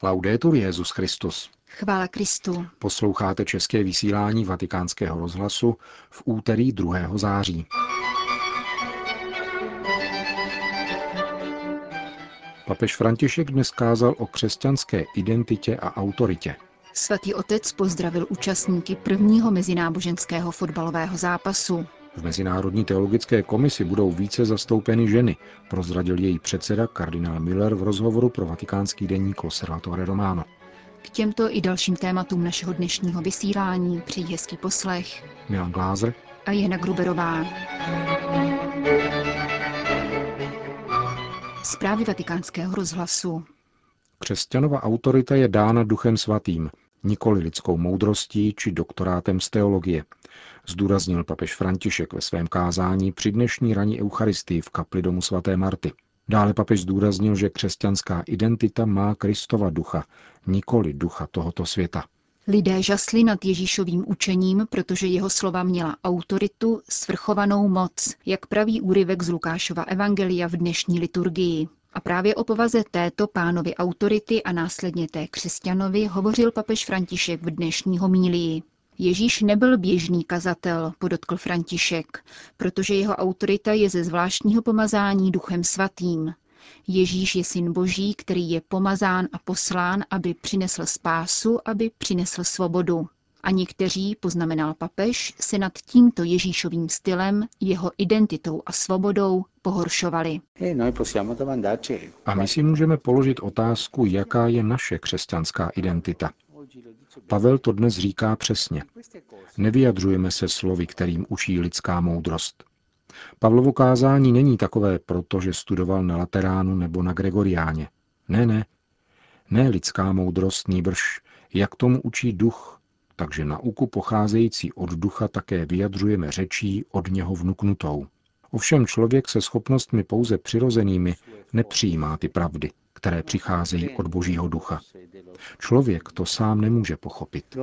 Laudetur Jesus Christus. Chvála Kristu. Posloucháte české vysílání Vatikánského rozhlasu v úterý 2. září. Papež František dnes kázal o křesťanské identitě a autoritě. Svatý otec pozdravil účastníky prvního mezináboženského fotbalového zápasu. V Mezinárodní teologické komisi budou více zastoupeny ženy, prozradil její předseda kardinál Müller v rozhovoru pro vatikánský deník L'Osservatore Romano. K těmto i dalším tématům našeho dnešního vysílání přejí hezký poslech Milan Glázer a Jana Gruberová. Zprávy Vatikánského rozhlasu. Křesťanova autorita je dána Duchem svatým, nikoli lidskou moudrostí či doktorátem z teologie, zdůraznil papež František ve svém kázání při dnešní ranní eucharistii v kapli domu svaté Marty. Dále papež zdůraznil, že křesťanská identita má Kristova ducha, nikoli ducha tohoto světa. Lidé žasli nad Ježíšovým učením, protože jeho slova měla autoritu, svrchovanou moc, jak praví úryvek z Lukášova evangelia v dnešní liturgii. A právě o povaze této pánovy autority a následně té křesťanovi hovořil papež František v dnešní homílii. Ježíš nebyl běžný kazatel, podotkl František, protože jeho autorita je ze zvláštního pomazání Duchem svatým. Ježíš je syn Boží, který je pomazán a poslán, aby přinesl spásu, aby přinesl svobodu. A někteří, poznamenal papež, se nad tímto Ježíšovým stylem, jeho identitou a svobodou pohoršovali. A my si můžeme položit otázku, jaká je naše křesťanská identita. Pavel to dnes říká přesně. Nevyjadřujeme se slovy, kterým učí lidská moudrost. Pavlovo kázání není takové proto, že studoval na Lateránu nebo na Gregoriáně. Ne lidská moudrost, nýbrž, jak tomu učí duch, takže nauku pocházející od ducha také vyjadřujeme řečí od něho vnuknutou. Ovšem člověk se schopnostmi pouze přirozenými nepřijímá ty pravdy, které přicházejí od Božího ducha. Člověk to sám nemůže pochopit.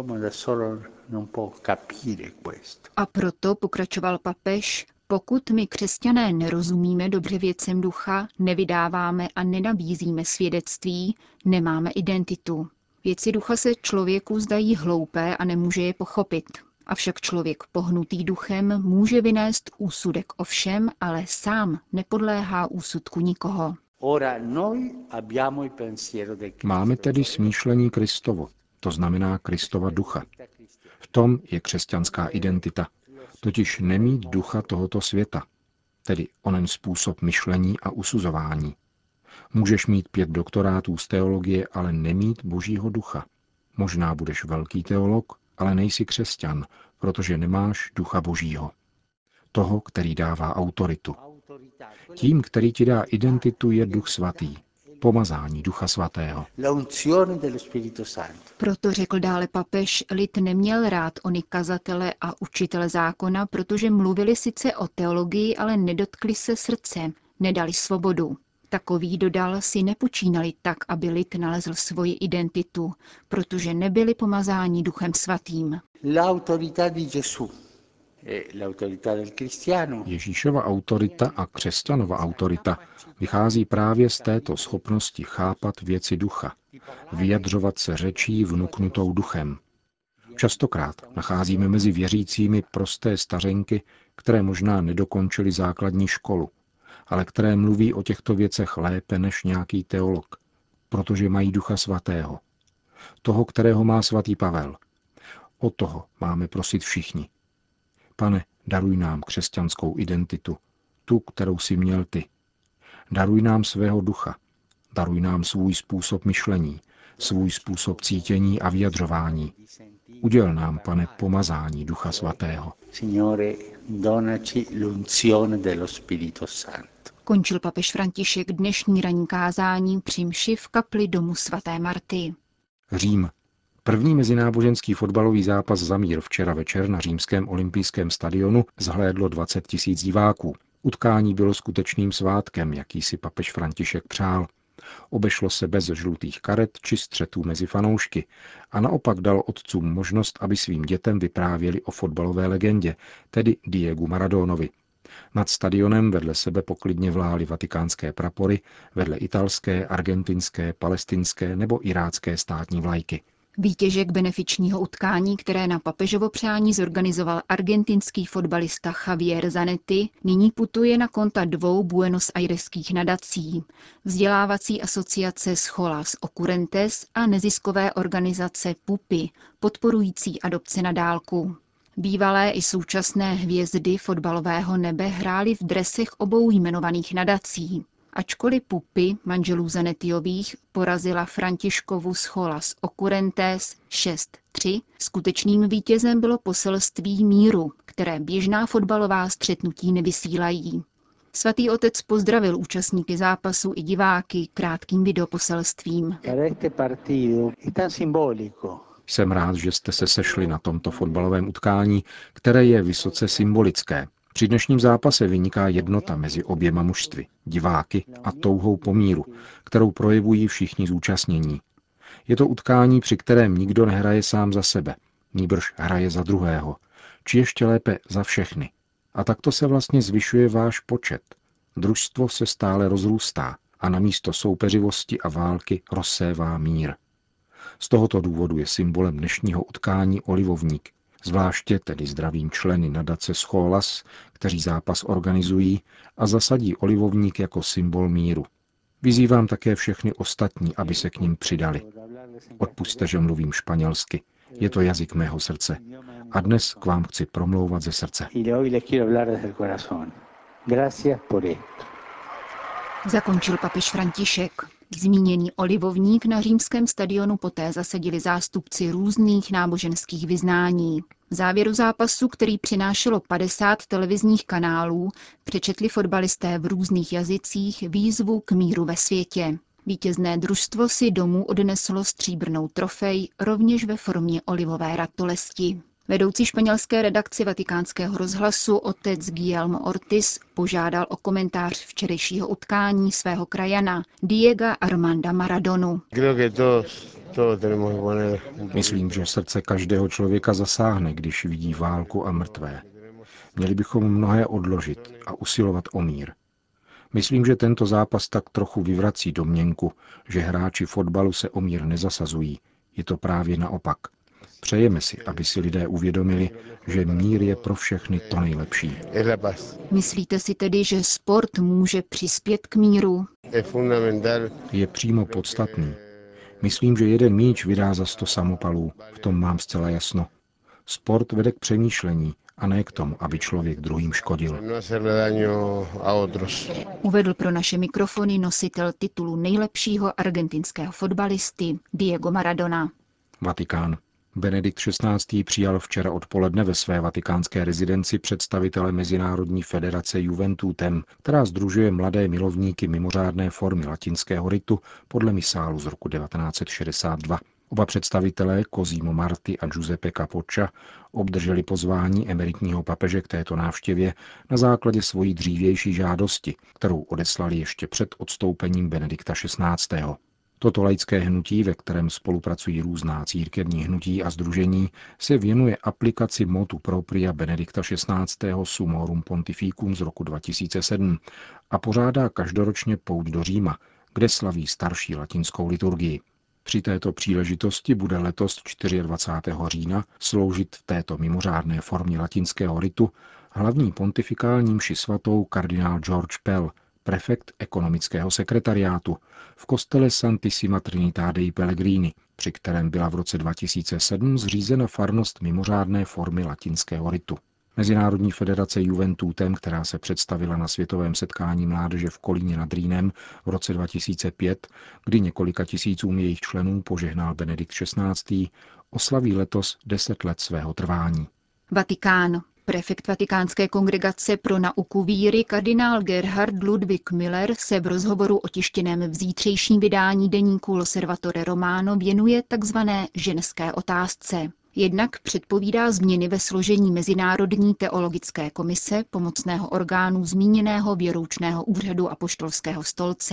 A proto, pokračoval papež, pokud my křesťané nerozumíme dobře věcem ducha, nevydáváme a nenabízíme svědectví, nemáme identitu. Věci ducha se člověku zdají hloupé a nemůže je pochopit. Avšak člověk pohnutý duchem může vynést úsudek o všem, ale sám nepodléhá úsudku nikoho. Máme tedy smýšlení Kristovo, to znamená Kristova ducha. V tom je křesťanská identita, totiž nemít ducha tohoto světa, tedy onen způsob myšlení a usuzování. Můžeš mít 5 doktorátů z teologie, ale nemít Božího ducha. Možná budeš velký teolog, ale nejsi křesťan, protože nemáš ducha Božího. Toho, který dává autoritu. Tím, který ti dá identitu, je Duch svatý. Pomazání Ducha svatého. Proto řekl dále papež, lid neměl rád ony kazatele a učitele zákona, protože mluvili sice o teologii, ale nedotkli se srdce, nedali svobodu. Takový, dodal, si nepočínali tak, aby lid nalezl svoji identitu, protože nebyli pomazáni Duchem svatým. Ježíšova autorita a křesťanova autorita vychází právě z této schopnosti chápat věci ducha, vyjadřovat se řečí vnuknutou duchem. Častokrát nacházíme mezi věřícími prosté stařenky, které možná nedokončily základní školu, ale které mluví o těchto věcech lépe než nějaký teolog, protože mají Ducha svatého. Toho, kterého má svatý Pavel. O toho máme prosit všichni. Pane, daruj nám křesťanskou identitu, tu, kterou jsi měl ty. Daruj nám svého ducha, daruj nám svůj způsob myšlení, svůj způsob cítění a vyjadřování. Uděl nám, Pane, pomazání Ducha svatého. Končil papež František dnešní ranní kázání při mši v kapli domu svaté Marty. Řím. První mezináboženský fotbalový zápas za mír včera večer na římském olympijském stadionu zhlédlo 20 000 diváků. Utkání bylo skutečným svátkem, jaký si papež František přál. Obešlo se bez žlutých karet či střetů mezi fanoušky a naopak dal otcům možnost, aby svým dětem vyprávěli o fotbalové legendě, tedy Diegu Maradonovi. Nad stadionem vedle sebe poklidně vlály vatikánské prapory, vedle italské, argentinské, palestinské nebo irácké státní vlajky. Výtěžek benefičního utkání, které na papežovo přání zorganizoval argentinský fotbalista Javier Zanetti, nyní putuje na konta 2 buenosajreských nadací. Vzdělávací asociace Scholas Occurrentes a neziskové organizace PUPI, podporující adopce na dálku. Bývalé i současné hvězdy fotbalového nebe hrály v dresech obou jmenovaných nadací. Ačkoliv PUPI manželů Zanettiových porazila Františkovu Scholas Occurrentes 6-3, skutečným vítězem bylo poselství míru, které běžná fotbalová střetnutí nevysílají. Svatý otec pozdravil účastníky zápasu i diváky krátkým videoposelstvím. Jsem rád, že jste se sešli na tomto fotbalovém utkání, které je vysoce symbolické. Při dnešním zápase vyniká jednota mezi oběma mužstvy, diváky a touhou po míru, kterou projevují všichni zúčastnění. Je to utkání, při kterém nikdo nehraje sám za sebe, nýbrž hraje za druhého, či ještě lépe za všechny. A takto se vlastně zvyšuje váš počet. Družstvo se stále rozrůstá a namísto soupeřivosti a války rozsévá mír. Z tohoto důvodu je symbolem dnešního utkání olivovník, zvláště tedy zdravým členy nadace Scholas, kteří zápas organizují a zasadí olivovník jako symbol míru. Vyzývám také všechny ostatní, aby se k nim přidali. Odpusťte, že mluvím španělsky. Je to jazyk mého srdce. A dnes k vám chci promlouvat ze srdce. Zakončil papež František. Zmíněný olivovník na římském stadionu poté zasadili zástupci různých náboženských vyznání. V závěru zápasu, který přinášelo 50 televizních kanálů, přečetli fotbalisté v různých jazycích výzvu k míru ve světě. Vítězné družstvo si domů odneslo stříbrnou trofej, rovněž ve formě olivové ratolesti. Vedoucí španělské redakci Vatikánského rozhlasu otec Guillermo Ortiz požádal o komentář včerejšího utkání svého krajana Diega Armanda Maradonu. Myslím, že srdce každého člověka zasáhne, když vidí válku a mrtvé. Měli bychom mnohé odložit a usilovat o mír. Myslím, že tento zápas tak trochu vyvrací domněnku, že hráči fotbalu se o mír nezasazují. Je to právě naopak. Přejeme si, aby si lidé uvědomili, že mír je pro všechny to nejlepší. Myslíte si tedy, že sport může přispět k míru? Je přímo podstatný. Myslím, že jeden míč vydá za 100 samopalů. V tom mám zcela jasno. Sport vede k přemýšlení a ne k tomu, aby člověk druhým škodil. Uvedl pro naše mikrofony nositel titulu nejlepšího argentinského fotbalisty Diego Maradona. Vatikán. Benedikt XVI. Přijal včera odpoledne ve své vatikánské rezidenci představitele Mezinárodní federace Juventutem, která sdružuje mladé milovníky mimořádné formy latinského ritu podle misálu z roku 1962. Oba představitelé, Cosimo Marti a Giuseppe Capoccia, obdrželi pozvání emeritního papeže k této návštěvě na základě svojí dřívější žádosti, kterou odeslali ještě před odstoupením Benedikta XVI. Toto laické hnutí, ve kterém spolupracují různá církevní hnutí a sdružení, se věnuje aplikaci motu propria Benedikta XVI. Summorum Pontificum z roku 2007 a pořádá každoročně pouť do Říma, kde slaví starší latinskou liturgii. Při této příležitosti bude letos 24. října sloužit v této mimořádné formě latinského ritu hlavní pontifikální mši svatou kardinál George Pell, prefekt ekonomického sekretariátu, v kostele Santissima Trinità dei Pellegrini, při kterém byla v roce 2007 zřízena farnost mimořádné formy latinského ritu. Mezinárodní federace Juventutem, která se představila na světovém setkání mládeže v Kolíně nad Rýnem v roce 2005, kdy několika tisícům jejich členů požehnal Benedikt XVI., oslaví letos 10 let svého trvání. Vatikán. Prefekt Vatikánské kongregace pro nauku víry kardinál Gerhard Ludwig Müller se v rozhovoru o tištěném v zítřejším vydání deníku L'Osservatore Romano věnuje takzvané ženské otázce. Jednak předpovídá změny ve složení Mezinárodní teologické komise, pomocného orgánu zmíněného věroučného úřadu Apoštolského stolce.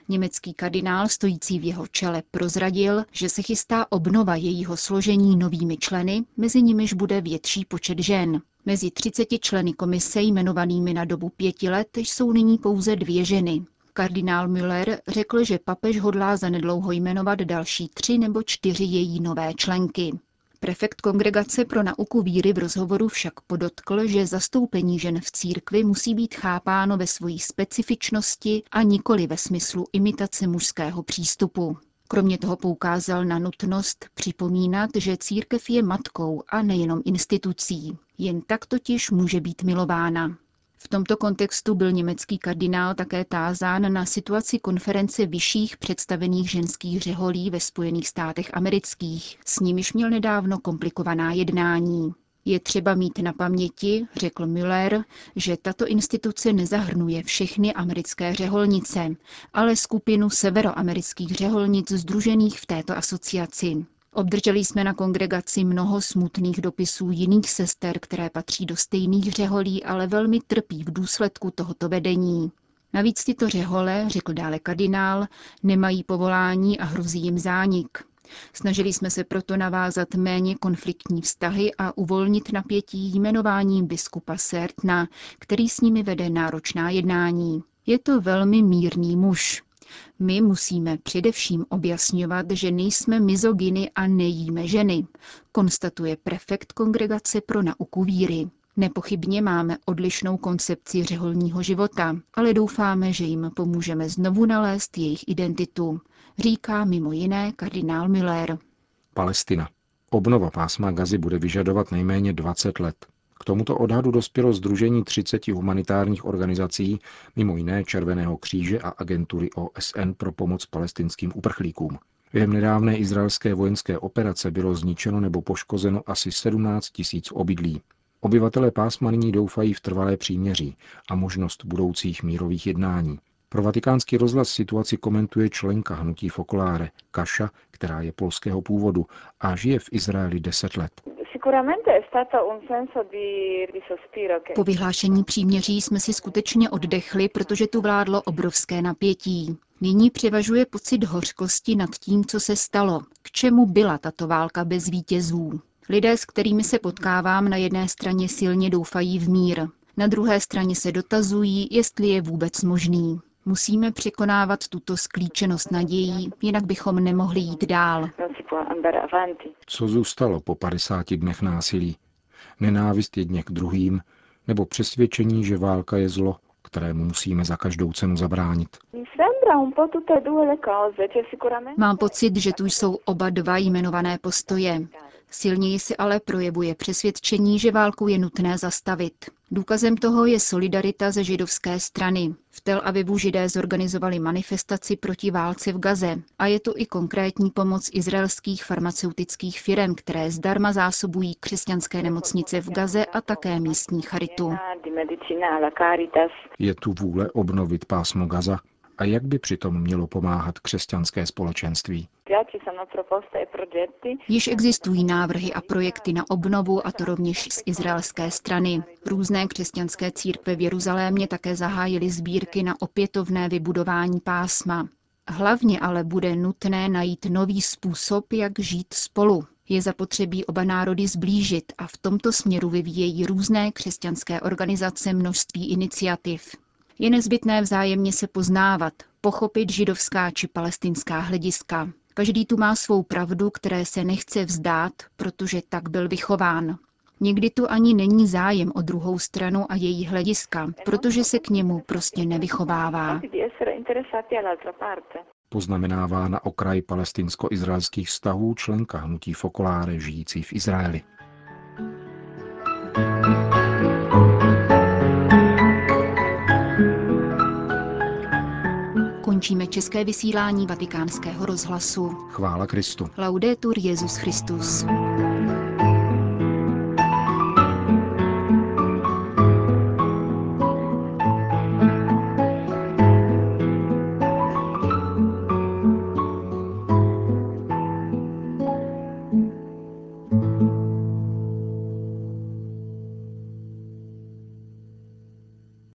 Německý kardinál stojící v jeho čele prozradil, že se chystá obnova jejího složení novými členy, mezi nimiž bude větší počet žen. Mezi 30 členy komise jmenovanými na dobu 5 let jsou nyní pouze 2 ženy. Kardinál Müller řekl, že papež hodlá zanedlouho jmenovat další 3 nebo 4 její nové členky. Prefekt Kongregace pro nauku víry v rozhovoru však podotkl, že zastoupení žen v církvi musí být chápáno ve své specifičnosti a nikoli ve smyslu imitace mužského přístupu. Kromě toho poukázal na nutnost připomínat, že církev je matkou a nejenom institucí. Jen tak totiž může být milována. V tomto kontextu byl německý kardinál také tázán na situaci konference vyšších představených ženských řeholí ve Spojených státech amerických, s nimiž měl nedávno komplikovaná jednání. Je třeba mít na paměti, řekl Müller, že tato instituce nezahrnuje všechny americké řeholnice, ale skupinu severoamerických řeholnic sdružených v této asociaci. Obdrželi jsme na kongregaci mnoho smutných dopisů jiných sester, které patří do stejných řeholí, ale velmi trpí v důsledku tohoto vedení. Navíc tyto řehole, řekl dále kardinál, nemají povolání a hrozí jim zánik. Snažili jsme se proto navázat méně konfliktní vztahy a uvolnit napětí jmenováním biskupa Sertna, který s nimi vede náročná jednání. Je to velmi mírný muž. My musíme především objasňovat, že nejsme mizogyny a nejíme ženy, konstatuje prefekt Kongregace pro nauku víry. Nepochybně máme odlišnou koncepci řeholního života, ale doufáme, že jim pomůžeme znovu nalézt jejich identitu, říká mimo jiné kardinál Müller. Palestina. Obnova pásma Gazy bude vyžadovat nejméně 20 let. K tomuto odhadu dospělo sdružení 30 humanitárních organizací, mimo jiné Červeného kříže a agentury OSN pro pomoc palestinským uprchlíkům. Během nedávné izraelské vojenské operace bylo zničeno nebo poškozeno asi 17 000 obydlí. Obyvatelé pásma nyní doufají v trvalé příměří a možnost budoucích mírových jednání. Pro Vatikánský rozhlas situaci komentuje členka hnutí Focolare, Kaša, která je polského původu a žije v Izraeli 10 let. Po vyhlášení příměří jsme si skutečně oddechli, protože tu vládlo obrovské napětí. Nyní převažuje pocit hořkosti nad tím, co se stalo, k čemu byla tato válka bez vítězů. Lidé, s kterými se potkávám, na jedné straně silně doufají v mír, na druhé straně se dotazují, jestli je vůbec možný. Musíme překonávat tuto sklíčenost nadějí, jinak bychom nemohli jít dál. Co zůstalo po 50 dnech násilí? Nenávist jedně k druhým, nebo přesvědčení, že válka je zlo, kterému musíme za každou cenu zabránit? Mám pocit, že tu jsou oba dva jmenované postoje. Silněji si ale projevuje přesvědčení, že válku je nutné zastavit. Důkazem toho je solidarita ze židovské strany. V Tel Avivu Židé zorganizovali manifestaci proti válce v Gaze a je tu i konkrétní pomoc izraelských farmaceutických firem, které zdarma zásobují křesťanské nemocnice v Gaze a také místní charitu. Je tu vůle obnovit pásmo Gaza? A jak by přitom mělo pomáhat křesťanské společenství? Již existují návrhy a projekty na obnovu, a to rovněž z izraelské strany. Různé křesťanské církve v Jeruzalémě také zahájily sbírky na opětovné vybudování pásma. Hlavně ale bude nutné najít nový způsob, jak žít spolu. Je zapotřebí oba národy sblížit a v tomto směru vyvíjejí různé křesťanské organizace množství iniciativ. Je nezbytné vzájemně se poznávat, pochopit židovská či palestinská hlediska. Každý tu má svou pravdu, které se nechce vzdát, protože tak byl vychován. Někdy tu ani není zájem o druhou stranu a její hlediska, protože se k němu prostě nevychovává. Poznamenává na okraj palestinsko-izraelských vztahů členka hnutí Focolare žijící v Izraeli. Končíme české vysílání Vatikánského rozhlasu. Chvála Kristu. Laudetur Jesus Christus.